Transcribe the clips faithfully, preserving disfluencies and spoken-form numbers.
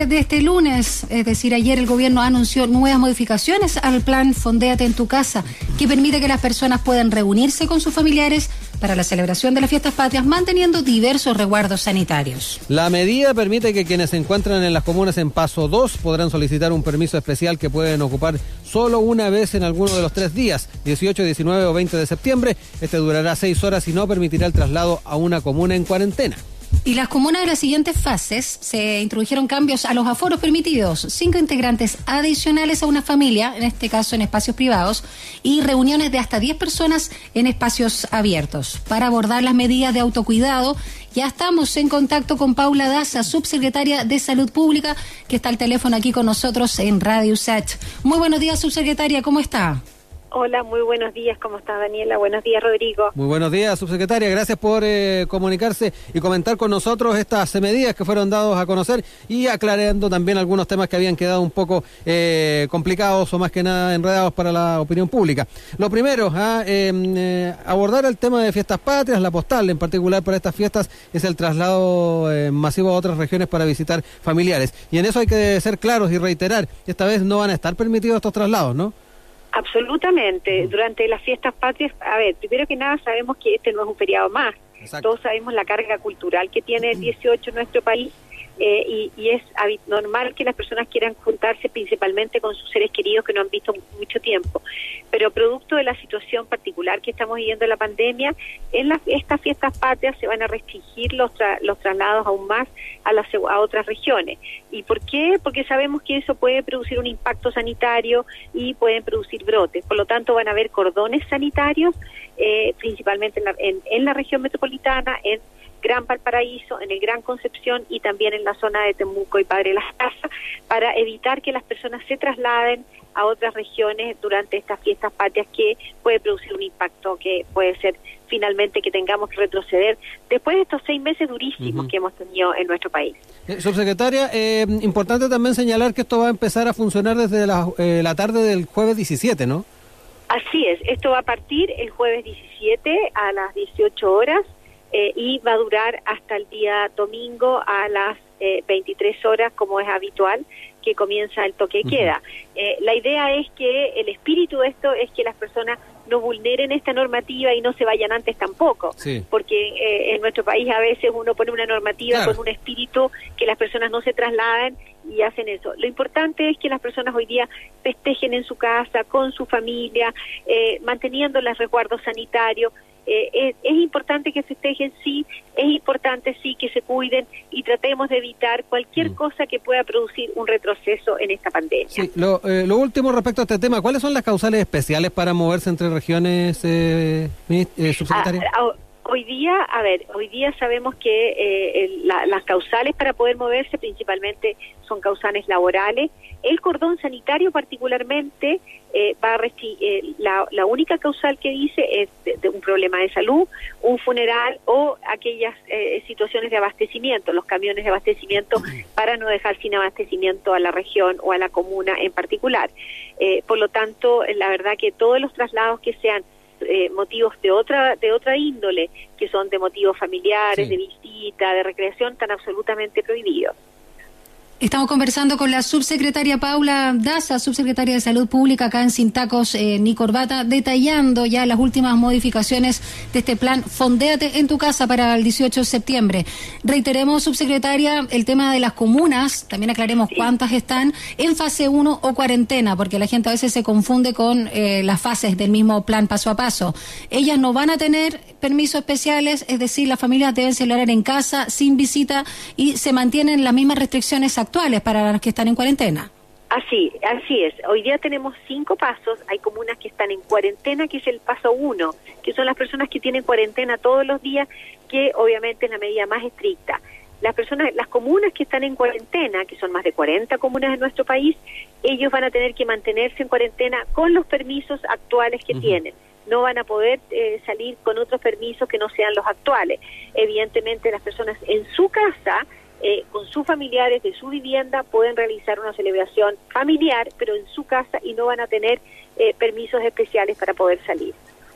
De este lunes, es decir, ayer el gobierno anunció nuevas modificaciones al plan Fondéate en tu casa, que permite que las personas puedan reunirse con sus familiares para la celebración de las fiestas patrias, manteniendo diversos resguardos sanitarios. La medida permite que quienes se encuentran en las comunas en paso dos podrán solicitar un permiso especial que pueden ocupar solo una vez en alguno de los tres días, dieciocho, diecinueve o veinte de septiembre. Este durará seis horas y no permitirá el traslado a una comuna en cuarentena. Y las comunas de las siguientes fases se introdujeron cambios a los aforos permitidos, cinco integrantes adicionales a una familia, en este caso en espacios privados, y reuniones de hasta diez personas en espacios abiertos. Para abordar las medidas de autocuidado, ya estamos en contacto con Paula Daza, subsecretaria de Salud Pública, que está al teléfono aquí con nosotros en Radio Sach. Muy buenos días, subsecretaria, ¿cómo está? Hola, muy buenos días, ¿cómo estás, Daniela? Buenos días, Rodrigo. Muy buenos días, subsecretaria, gracias por eh, comunicarse y comentar con nosotros estas medidas que fueron dadas a conocer y aclarando también algunos temas que habían quedado un poco eh, complicados o más que nada enredados para la opinión pública. Lo primero, ah, eh, eh, abordar el tema de fiestas patrias, la postal en particular para estas fiestas es el traslado eh, masivo a otras regiones para visitar familiares. Y en eso hay que ser claros y reiterar, esta vez no van a estar permitidos estos traslados, ¿no? Absolutamente. Durante las fiestas patrias, a ver, primero que nada sabemos que este no es un feriado más. Exacto. Todos sabemos la carga cultural que tiene el dieciocho en nuestro país eh, y, y es normal que las personas quieran juntarse principalmente con sus seres queridos que no han visto mucho tiempo. Pero producto de la situación particular que estamos viviendo en la pandemia, en las, estas fiestas patrias se van a restringir los, tra, los traslados aún más a, las, a otras regiones. ¿Y por qué? Porque sabemos que eso puede producir un impacto sanitario y pueden producir brotes. Por lo tanto, van a haber cordones sanitarios, eh, principalmente en la, en, en la región metropolitana, en Gran Valparaíso, en el Gran Concepción y también en la zona de Temuco y Padre Las Casas, para evitar que las personas se trasladen a otras regiones durante estas fiestas patrias, que puede producir un impacto que puede ser finalmente que tengamos que retroceder después de estos seis meses durísimos uh-huh. que hemos tenido en nuestro país. Eh, subsecretaria, eh, importante también señalar que esto va a empezar a funcionar desde la, eh, la tarde del jueves diecisiete, ¿no? Así es, esto va a partir el jueves diecisiete a las dieciocho horas eh, y va a durar hasta el día domingo a las eh, veintitrés horas, como es habitual, que comienza el toque de queda. Uh-huh. Eh, la idea es que el espíritu de esto es que las personas no vulneren esta normativa y no se vayan antes tampoco, sí. porque eh, en nuestro país a veces uno pone una normativa claro. con un espíritu que las personas no se trasladen y hacen eso. Lo importante es que las personas hoy día festejen en su casa, con su familia, eh, manteniendo los resguardos sanitarios. Eh, es, es importante que festejen, sí, es importante, sí, que se cuiden y tratemos de evitar cualquier mm. cosa que pueda producir un retroceso en esta pandemia. Sí, lo, eh, lo último respecto a este tema, ¿cuáles son las causales especiales para moverse entre regiones, eh, eh, subsecretaria? Ah, ah, Hoy día, a ver, hoy día sabemos que eh, el, la, las causales para poder moverse principalmente son causales laborales. El cordón sanitario particularmente eh, va a resti- eh, la, la única causal que dice es de, de un problema de salud, un funeral o aquellas eh, situaciones de abastecimiento, los camiones de abastecimiento para no dejar sin abastecimiento a la región o a la comuna en particular. Eh, por lo tanto, la verdad que todos los traslados que sean Eh, motivos de otra de otra índole, que son de motivos familiares, sí. de visita, de recreación, están absolutamente prohibidos. Estamos conversando con la subsecretaria Paula Daza, subsecretaria de Salud Pública acá en Sin Tacos eh, ni Corbata, detallando ya las últimas modificaciones de este plan Fondéate en tu casa para el dieciocho de septiembre. Reiteremos, subsecretaria, el tema de las comunas, también aclaremos sí. cuántas están en fase uno o cuarentena, porque la gente a veces se confunde con eh, las fases del mismo plan paso a paso. Ellas no van a tener permisos especiales, es decir, las familias deben celebrar en casa, sin visita, y se mantienen las mismas restricciones actuales para los que están en cuarentena. Así, así es. Hoy día tenemos cinco pasos. Hay comunas que están en cuarentena, que es el paso uno, que son las personas que tienen cuarentena todos los días, que obviamente es la medida más estricta. Las personas, las comunas que están en cuarentena, que son más de cuarenta comunas en nuestro país, ellos van a tener que mantenerse en cuarentena con los permisos actuales que uh-huh. tienen. No van a poder eh, salir con otros permisos que no sean los actuales. Evidentemente, las personas en su casa, Eh, con sus familiares de su vivienda, pueden realizar una celebración familiar, pero en su casa, y no van a tener eh, permisos especiales para poder salir.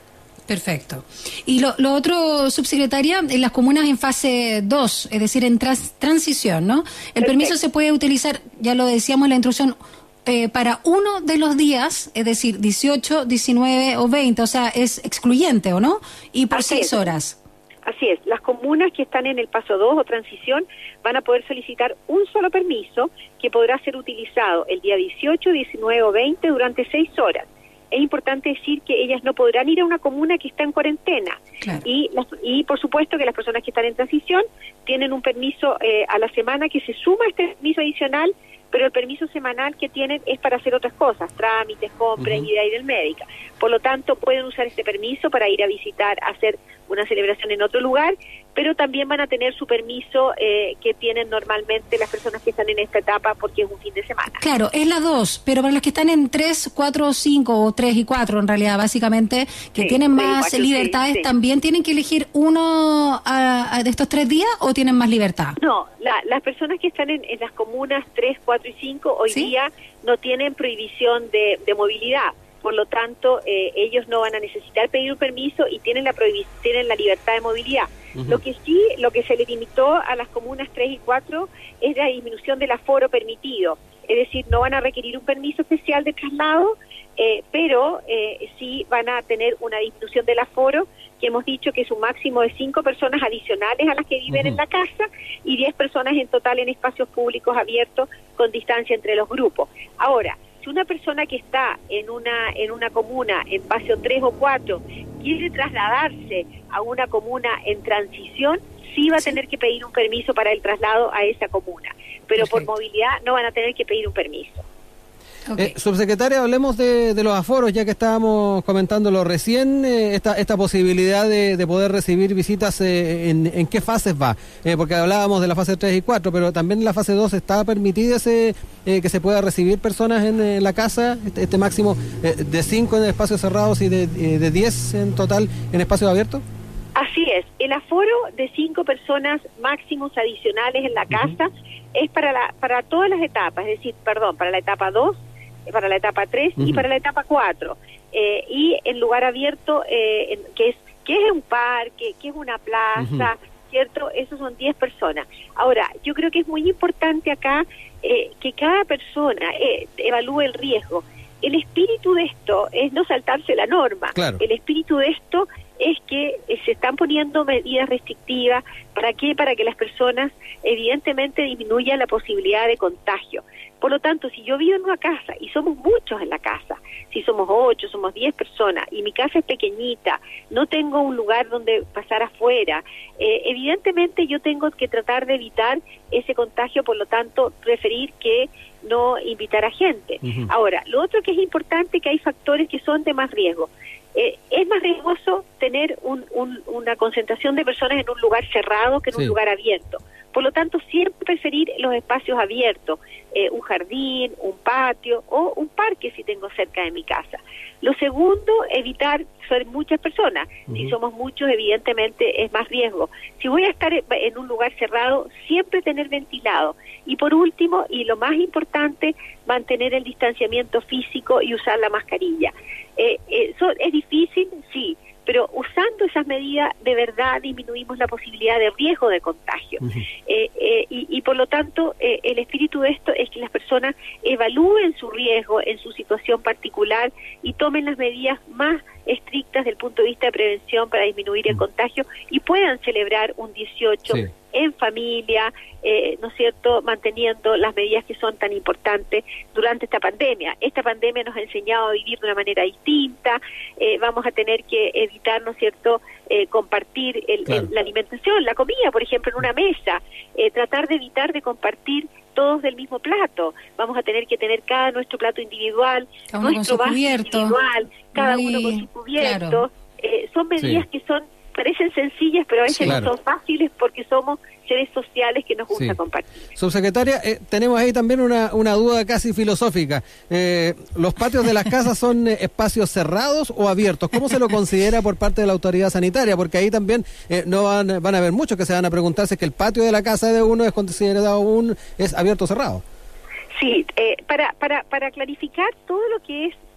Perfecto. Y lo, lo otro, subsecretaria, en las comunas en fase dos, es decir, en trans, transición, ¿no? El Perfecto. Permiso se puede utilizar, ya lo decíamos en la instrucción, eh, para uno de los días, es decir, dieciocho, diecinueve o veinte, o sea, es excluyente, ¿o no? Y por Así seis es. horas. Así es, las comunas que están en el paso dos o transición van a poder solicitar un solo permiso que podrá ser utilizado el día dieciocho, diecinueve o veinte durante seis horas. Es importante decir que ellas no podrán ir a una comuna que está en cuarentena. Claro. Y, las, y por supuesto que las personas que están en transición tienen un permiso eh, a la semana que se suma a este permiso adicional, pero el permiso semanal que tienen es para hacer otras cosas, trámites, compras, uh-huh. ida y del médico. Por lo tanto, pueden usar este permiso para ir a visitar, hacer una celebración en otro lugar, pero también van a tener su permiso eh, que tienen normalmente las personas que están en esta etapa porque es un fin de semana. Claro, es la dos, pero para los que están en tres, cuatro, cinco o tres y cuatro en realidad, básicamente, que sí, tienen más cuatro, libertades, sí, sí. ¿también tienen que elegir uno a, a de estos tres días o tienen más libertad? No, la, las personas que están en, en las comunas tres, cuatro y cinco hoy ¿Sí? día no tienen prohibición de, de movilidad. Por lo tanto, eh, ellos no van a necesitar pedir un permiso y tienen la prohibición, tienen la libertad de movilidad. Uh-huh. Lo que sí, lo que se le limitó a las comunas tres y cuatro es la disminución del aforo permitido. Es decir, no van a requerir un permiso especial de traslado, eh, pero eh, sí van a tener una disminución del aforo, que hemos dicho que es un máximo de cinco personas adicionales a las que viven uh-huh. en la casa y diez personas en total en espacios públicos abiertos con distancia entre los grupos. Ahora, si una persona que está en una en una comuna en espacio tres o cuatro quiere trasladarse a una comuna en transición, sí va a sí. tener que pedir un permiso para el traslado a esa comuna, pero Perfecto. por movilidad no van a tener que pedir un permiso. Okay. Eh, subsecretaria, hablemos de, de los aforos, ya que estábamos comentándolo recién, eh, esta esta posibilidad de, de poder recibir visitas, eh, en, ¿en qué fases va? Eh, porque hablábamos de la fase tres y cuatro, pero también en la fase dos está permitido ese, eh, que se pueda recibir personas en eh, la casa, este, este máximo eh, de cinco en espacios cerrados y de, eh, de diez en total en espacios abiertos. Así es, el aforo de cinco personas máximos adicionales en la casa uh-huh. es para la para todas las etapas, es decir, perdón, para la etapa dos, para la etapa tres uh-huh. y para la etapa cuatro. Eh, y en lugar abierto, eh, en, que es que es un parque, que es una plaza, uh-huh. ¿cierto? Esos son diez personas. Ahora, yo creo que es muy importante acá eh, que cada persona eh, evalúe el riesgo. El espíritu de esto es no saltarse la norma. Claro. El espíritu de esto es que eh, se están poniendo medidas restrictivas. ¿Para qué? Para que las personas evidentemente disminuyan la posibilidad de contagio. Por lo tanto, si yo vivo en una casa y somos muchos en la casa, si somos ocho, somos diez personas y mi casa es pequeñita, no tengo un lugar donde pasar afuera, eh, evidentemente yo tengo que tratar de evitar ese contagio, por lo tanto, preferir que no invitar a gente. Uh-huh. Ahora, lo otro que es importante es que hay factores que son de más riesgo. Eh, es más riesgoso tener un, un, una concentración de personas en un lugar cerrado que en sí. un lugar abierto. Por lo tanto, siempre preferir los espacios abiertos, eh, un jardín, un patio o un parque si tengo cerca de mi casa. Lo segundo, evitar ser muchas personas. Uh-huh. Si somos muchos, evidentemente es más riesgo. Si voy a estar en un lugar cerrado, siempre tener ventilado. Y por último, y lo más importante, mantener el distanciamiento físico y usar la mascarilla. Eh, eso es difícil, sí, pero usando esas medidas de verdad disminuimos la posibilidad de riesgo de contagio. Uh-huh. eh, eh, y, y por lo tanto eh, el espíritu de esto es que las personas evalúen su riesgo en su situación particular y tomen las medidas más estrictas desde el punto de vista de prevención para disminuir el contagio y puedan celebrar un dieciocho sí. en familia, eh, ¿no es cierto?, manteniendo las medidas que son tan importantes durante esta pandemia. Esta pandemia nos ha enseñado a vivir de una manera distinta, eh, vamos a tener que evitar, ¿no es cierto?, eh, compartir el, claro. el, la alimentación, la comida, por ejemplo, en una mesa, eh, tratar de evitar de compartir todos del mismo plato. Vamos a tener que tener cada nuestro plato individual, cada nuestro vaso individual, cada Muy, uno con su cubierto. Claro. Eh, son medidas sí. que son parecen sencillas, pero a veces sí, claro. no son fáciles porque somos seres sociales que nos gusta sí. compartir. Subsecretaria, eh, tenemos ahí también una, una duda casi filosófica. Eh, ¿Los patios de las casas son eh, espacios cerrados o abiertos? ¿Cómo se lo considera por parte de la autoridad sanitaria? Porque ahí también eh, no van, van a haber muchos que se van a preguntar si es que el patio de la casa de uno es considerado un es abierto o cerrado. Sí, eh, para, para, para clarificar todo lo que es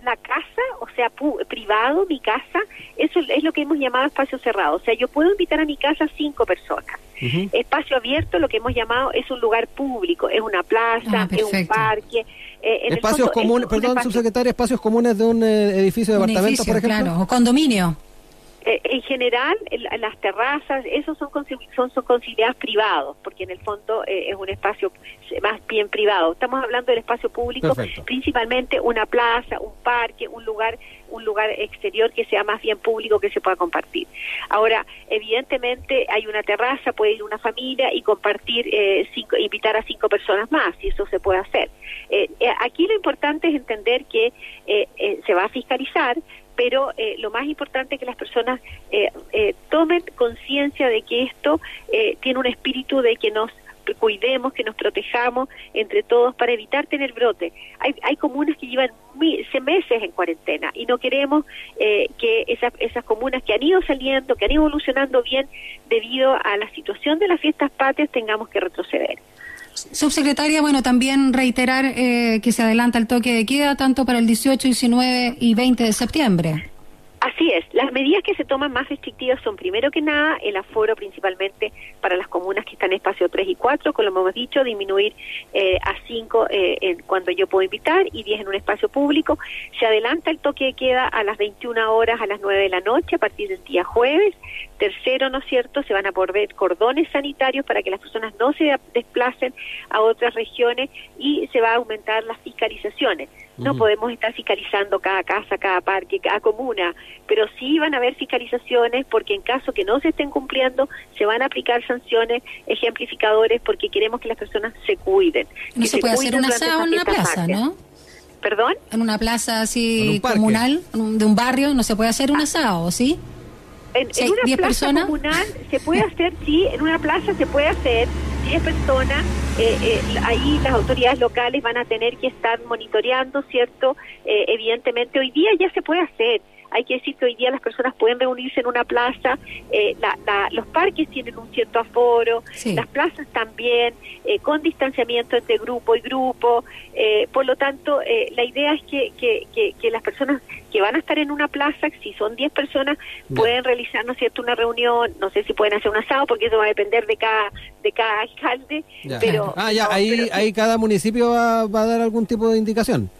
la casa, o sea, pu- privado, mi casa, eso es lo que hemos llamado espacio cerrado. O sea, yo puedo invitar a mi casa cinco personas. Uh-huh. Espacio abierto, lo que hemos llamado, es un lugar público, es una plaza, ah, es un parque. Eh, en espacios comunes, perdón, espacio, subsecretaria, espacios comunes de un eh, edificio de departamentos, por ejemplo. Claro, o condominio. Eh, en general, el, las terrazas, esos son, son, son considerados privados, porque en el fondo eh, es un espacio más bien privado. Estamos hablando del espacio público, perfecto, principalmente una plaza, un parque, un lugar un lugar exterior que sea más bien público, que se pueda compartir. Ahora, evidentemente hay una terraza, puede ir una familia y compartir, eh, cinco, invitar a cinco personas más, y eso se puede hacer. Eh, eh, aquí lo importante es entender que eh, eh, se va a fiscalizar, pero eh, lo más importante es que las personas eh, eh, tomen conciencia de que esto eh, tiene un espíritu de que nos cuidemos, que nos protejamos entre todos para evitar tener brote. Hay, hay comunas que llevan meses en cuarentena y no queremos eh, que esas, esas comunas que han ido saliendo, que han ido evolucionando bien debido a la situación de las fiestas patrias, tengamos que retroceder. Subsecretaria, bueno, también reiterar eh, que se adelanta el toque de queda tanto para el dieciocho, diecinueve y veinte de septiembre. Así es, las medidas que se toman más restrictivas son, primero que nada, el aforo principalmente para las comunas que están en espacio tres y cuatro, como hemos dicho, disminuir eh, a cinco eh, en cuando yo puedo invitar y diez en un espacio público. Se adelanta el toque de queda a las veintiuna horas, a las nueve de la noche, a partir del día jueves. Tercero, ¿no es cierto?, se van a poner cordones sanitarios para que las personas no se desplacen a otras regiones y se va a aumentar las fiscalizaciones. No uh-huh. podemos estar fiscalizando cada casa, cada parque, cada comuna, pero sí van a haber fiscalizaciones porque en caso que no se estén cumpliendo, se van a aplicar sanciones, ejemplificadores, porque queremos que las personas se cuiden. No se, se puede hacer un asado en una plaza, marcha. ¿no? ¿Perdón? En una plaza así comunal, de un barrio, no se puede hacer un asado, ¿sí? En, en una plaza personas? comunal se puede hacer, sí, en una plaza se puede hacer diez personas, eh, eh, ahí las autoridades locales van a tener que estar monitoreando, ¿cierto? Eh, evidentemente hoy día ya se puede hacer. Hay que decir que hoy día las personas pueden reunirse en una plaza, eh, la, la, los parques tienen un cierto aforo, sí. las plazas también, eh, con distanciamiento entre grupo y grupo, eh, por lo tanto, eh, la idea es que, que, que, que las personas que van a estar en una plaza, si son diez personas, Bien. pueden realizar, ¿no es cierto?, una reunión, no sé si pueden hacer un asado, porque eso va a depender de cada de cada alcalde, ya. pero... Ah, ya, no, ahí, pero, ahí cada municipio va, va a dar algún tipo de indicación.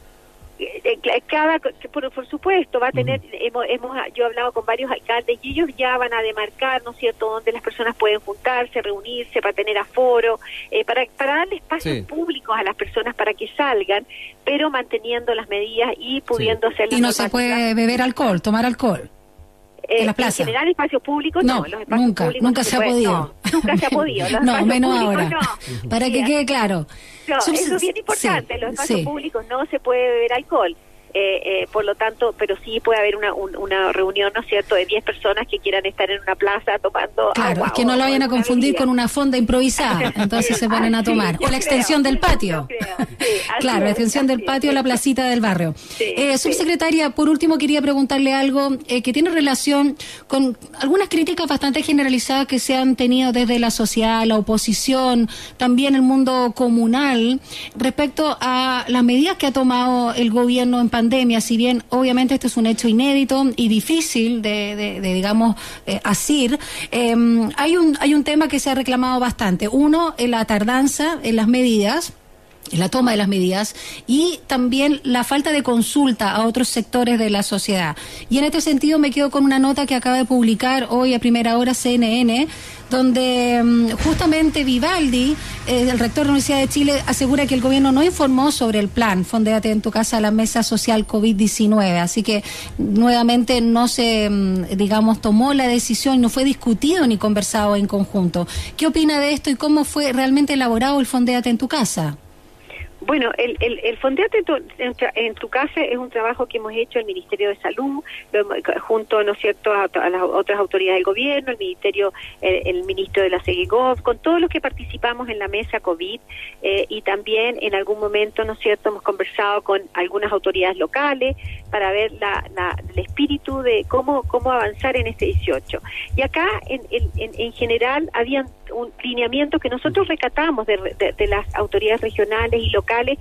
Cada, por, por supuesto, va a tener, uh-huh. hemos, hemos, yo he hablado con varios alcaldes y ellos ya van a demarcar, ¿no es cierto?, dónde las personas pueden juntarse, reunirse, para tener aforo, eh, para, para darle espacios sí. públicos a las personas para que salgan, pero manteniendo las medidas y pudiendo sí. hacer las Y no se puede beber alcohol, tomar alcohol. Eh, en la plaza. En general, espacios públicos no, no los espacios nunca, públicos nunca no se, se ha podido. No, nunca se ha podido. Los no, menos ahora. No. Para sí, que quede claro. No, Subs- eso es bien importante. Sí, los espacios sí. públicos no se puede beber alcohol. Eh, eh, por lo tanto, pero sí puede haber una, un, una reunión, ¿no es cierto?, de diez personas que quieran estar en una plaza tomando claro, agua. Es que no lo vayan a confundir bebida. con una fonda improvisada, entonces se ponen a tomar. Sí, o la extensión creo, del patio. Sí, claro, la extensión del patio a la placita del barrio. Sí, eh, subsecretaria, sí. por último quería preguntarle algo eh, que tiene relación con algunas críticas bastante generalizadas que se han tenido desde la sociedad, la oposición, también el mundo comunal, respecto a las medidas que ha tomado el gobierno en pandemia. Si bien obviamente este es un hecho inédito y difícil de, de, de digamos, eh, asir, eh, hay un hay un tema que se ha reclamado bastante. Uno, en la tardanza en las medidas, en la toma de las medidas, y también la falta de consulta a otros sectores de la sociedad. Y en este sentido me quedo con una nota que acaba de publicar hoy a primera hora C N N, donde um, justamente Vivaldi, eh, el rector de la Universidad de Chile, asegura que el gobierno no informó sobre el plan Fondéate en tu casa, la mesa social COVID diecinueve, así que nuevamente no se, um, digamos, tomó la decisión, no fue discutido ni conversado en conjunto. ¿Qué opina de esto y cómo fue realmente elaborado el Fondéate en tu casa? Bueno, el, el, el Fondéate en tu, en, en tu casa es un trabajo que hemos hecho el Ministerio de Salud, lo, junto, ¿no es cierto?, a, a las otras autoridades del gobierno, el Ministerio, el, el Ministro de la SEGIGOV, con todos los que participamos en la mesa COVID, eh, y también en algún momento, ¿no es cierto?, hemos conversado con algunas autoridades locales para ver la, la, el espíritu de cómo, cómo avanzar en este dieciocho. Y acá, en, en, en general, habían un lineamiento que nosotros recatamos de, de, de las autoridades regionales y locales,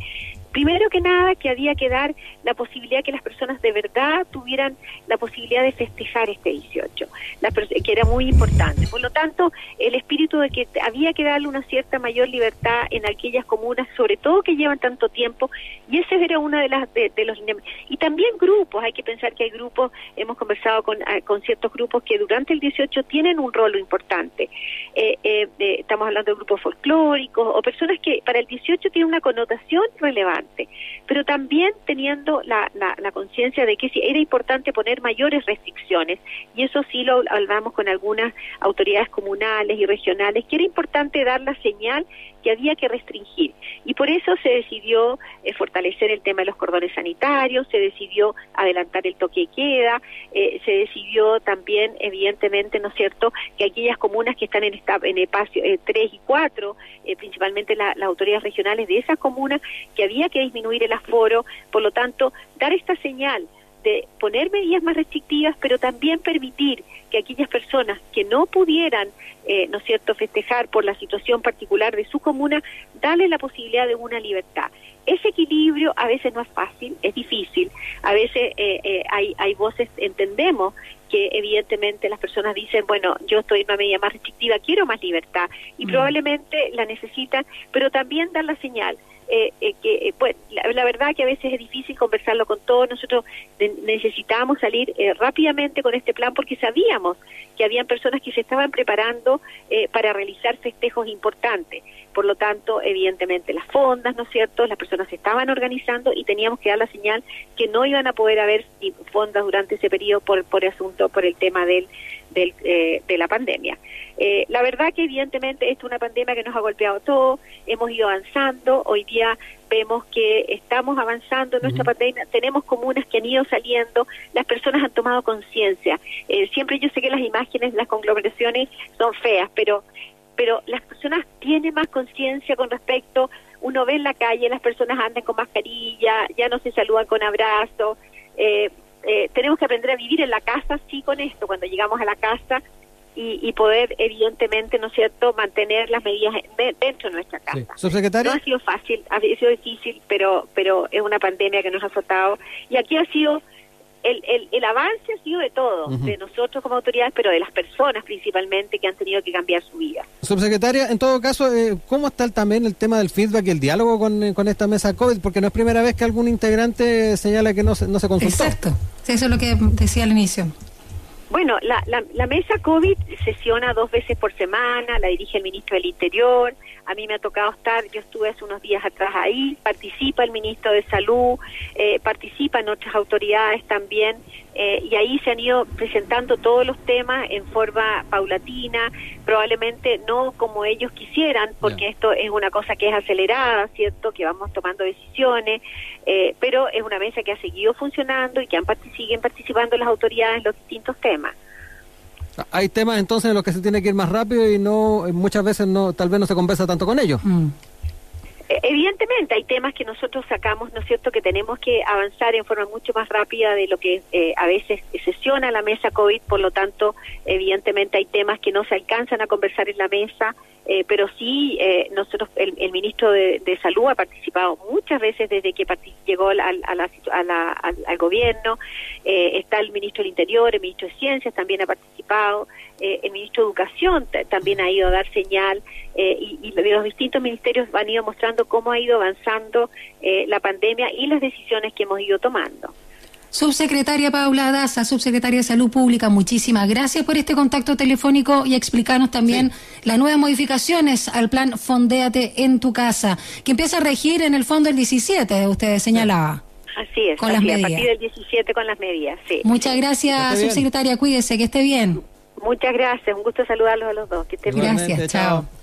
Primero que nada, que había que dar la posibilidad que las personas de verdad tuvieran la posibilidad de festejar este dieciocho, la, que era muy importante. Por lo tanto, el espíritu de que había que darle una cierta mayor libertad en aquellas comunas, sobre todo que llevan tanto tiempo, y ese era uno de, las, de, de los... Y también grupos, hay que pensar que hay grupos, hemos conversado con, con ciertos grupos que durante el dieciocho tienen un rol importante. Eh, eh, eh, estamos hablando de grupos folclóricos o personas que para el dieciocho tienen una connotación relevante, pero también teniendo la, la, la conciencia de que sí, era importante poner mayores restricciones, y eso sí lo hablamos con algunas autoridades comunales y regionales, que era importante dar la señal que había que restringir, y por eso se decidió eh, fortalecer el tema de los cordones sanitarios, se decidió adelantar el toque de queda, eh, se decidió también, evidentemente, ¿no es cierto?, que aquellas comunas que están en, esta, en espacio eh, tres y cuatro, eh, principalmente la, las autoridades regionales de esas comunas, que había que disminuir el aforo, por lo tanto, dar esta señal de poner medidas más restrictivas, pero también permitir que aquellas personas que no pudieran, eh, ¿no es cierto?, festejar por la situación particular de su comuna, darle la posibilidad de una libertad. Ese equilibrio a veces no es fácil, es difícil, a veces eh, eh, hay, hay voces, entendemos que evidentemente las personas dicen, bueno, yo estoy en una medida más restrictiva, quiero más libertad, y mm. probablemente la necesitan, pero también dar la señal. Eh, eh, que eh, pues la, la verdad que a veces es difícil conversarlo con todos. Nosotros de, necesitábamos salir eh, rápidamente con este plan porque sabíamos que habían personas que se estaban preparando eh, para realizar festejos importantes. Por lo tanto, evidentemente las fondas, ¿no es cierto?, las personas se estaban organizando y teníamos que dar la señal que no iban a poder haber fondas durante ese periodo por por el asunto, por el tema del, del eh, de la pandemia. Eh, la verdad que evidentemente esto es una pandemia que nos ha golpeado todo, hemos ido avanzando, hoy día vemos que estamos avanzando en nuestra uh-huh. pandemia, tenemos comunas que han ido saliendo, las personas han tomado conciencia. Eh, siempre yo sé que las imágenes, las conglomeraciones son feas, pero pero las personas tienen más conciencia con respecto, uno ve en la calle, las personas andan con mascarilla, ya no se saludan con abrazos, eh, eh, tenemos que aprender a vivir en la casa, sí, con esto, cuando llegamos a la casa, y, y poder, evidentemente, ¿no es cierto?, mantener las medidas dentro de nuestra casa. Sí. ¿Subsecretaria? No ha sido fácil, ha sido difícil, pero pero es una pandemia que nos ha azotado, y aquí ha sido... El, el, el avance ha sido de todo, uh-huh. de nosotros como autoridades, pero de las personas principalmente que han tenido que cambiar su vida. Subsecretaria, en todo caso, eh, ¿cómo está el, también el tema del feedback y el diálogo con, con esta mesa COVID? Porque no es primera vez que algún integrante señala que no se, no se consultó. Exacto, eso es lo que decía al inicio. Bueno, la, la, la mesa COVID sesiona dos veces por semana, la dirige el ministro del Interior, a mí me ha tocado estar, yo estuve hace unos días atrás ahí, participa el ministro de Salud, eh, participan otras autoridades también, eh, y ahí se han ido presentando todos los temas en forma paulatina, probablemente no como ellos quisieran, porque yeah. esto es una cosa que es acelerada, ¿cierto?, que vamos tomando decisiones, eh, pero es una mesa que ha seguido funcionando y que han part- siguen participando las autoridades en los distintos temas. Hay temas entonces en los que se tiene que ir más rápido y no muchas veces no tal vez no se conversa tanto con ellos. Mm. Evidentemente hay temas que nosotros sacamos, ¿no es cierto?, que tenemos que avanzar en forma mucho más rápida de lo que eh, a veces sesiona la mesa COVID, por lo tanto, evidentemente hay temas que no se alcanzan a conversar en la mesa, eh, pero sí, eh, nosotros, el, el ministro de, de Salud ha participado muchas veces desde que partic- llegó al, a la, a la, al, al gobierno, eh, está el ministro del Interior, el ministro de Ciencias también ha participado, eh, el ministro de Educación t- también ha ido a dar señal, eh, y, y los distintos ministerios han ido mostrando cómo ha ido avanzando eh, la pandemia y las decisiones que hemos ido tomando. Subsecretaria Paula Daza, subsecretaria de Salud Pública, muchísimas gracias por este contacto telefónico y explicarnos también sí. las nuevas modificaciones al plan Fondéate en tu casa, que empieza a regir en el fondo el diecisiete, usted señalaba. Así es, con así, las medidas. A partir del diecisiete con las medidas, sí. Muchas gracias, subsecretaria, cuídese, que esté bien. Muchas gracias, un gusto saludarlos a los dos, que estén bien. Gracias, chao.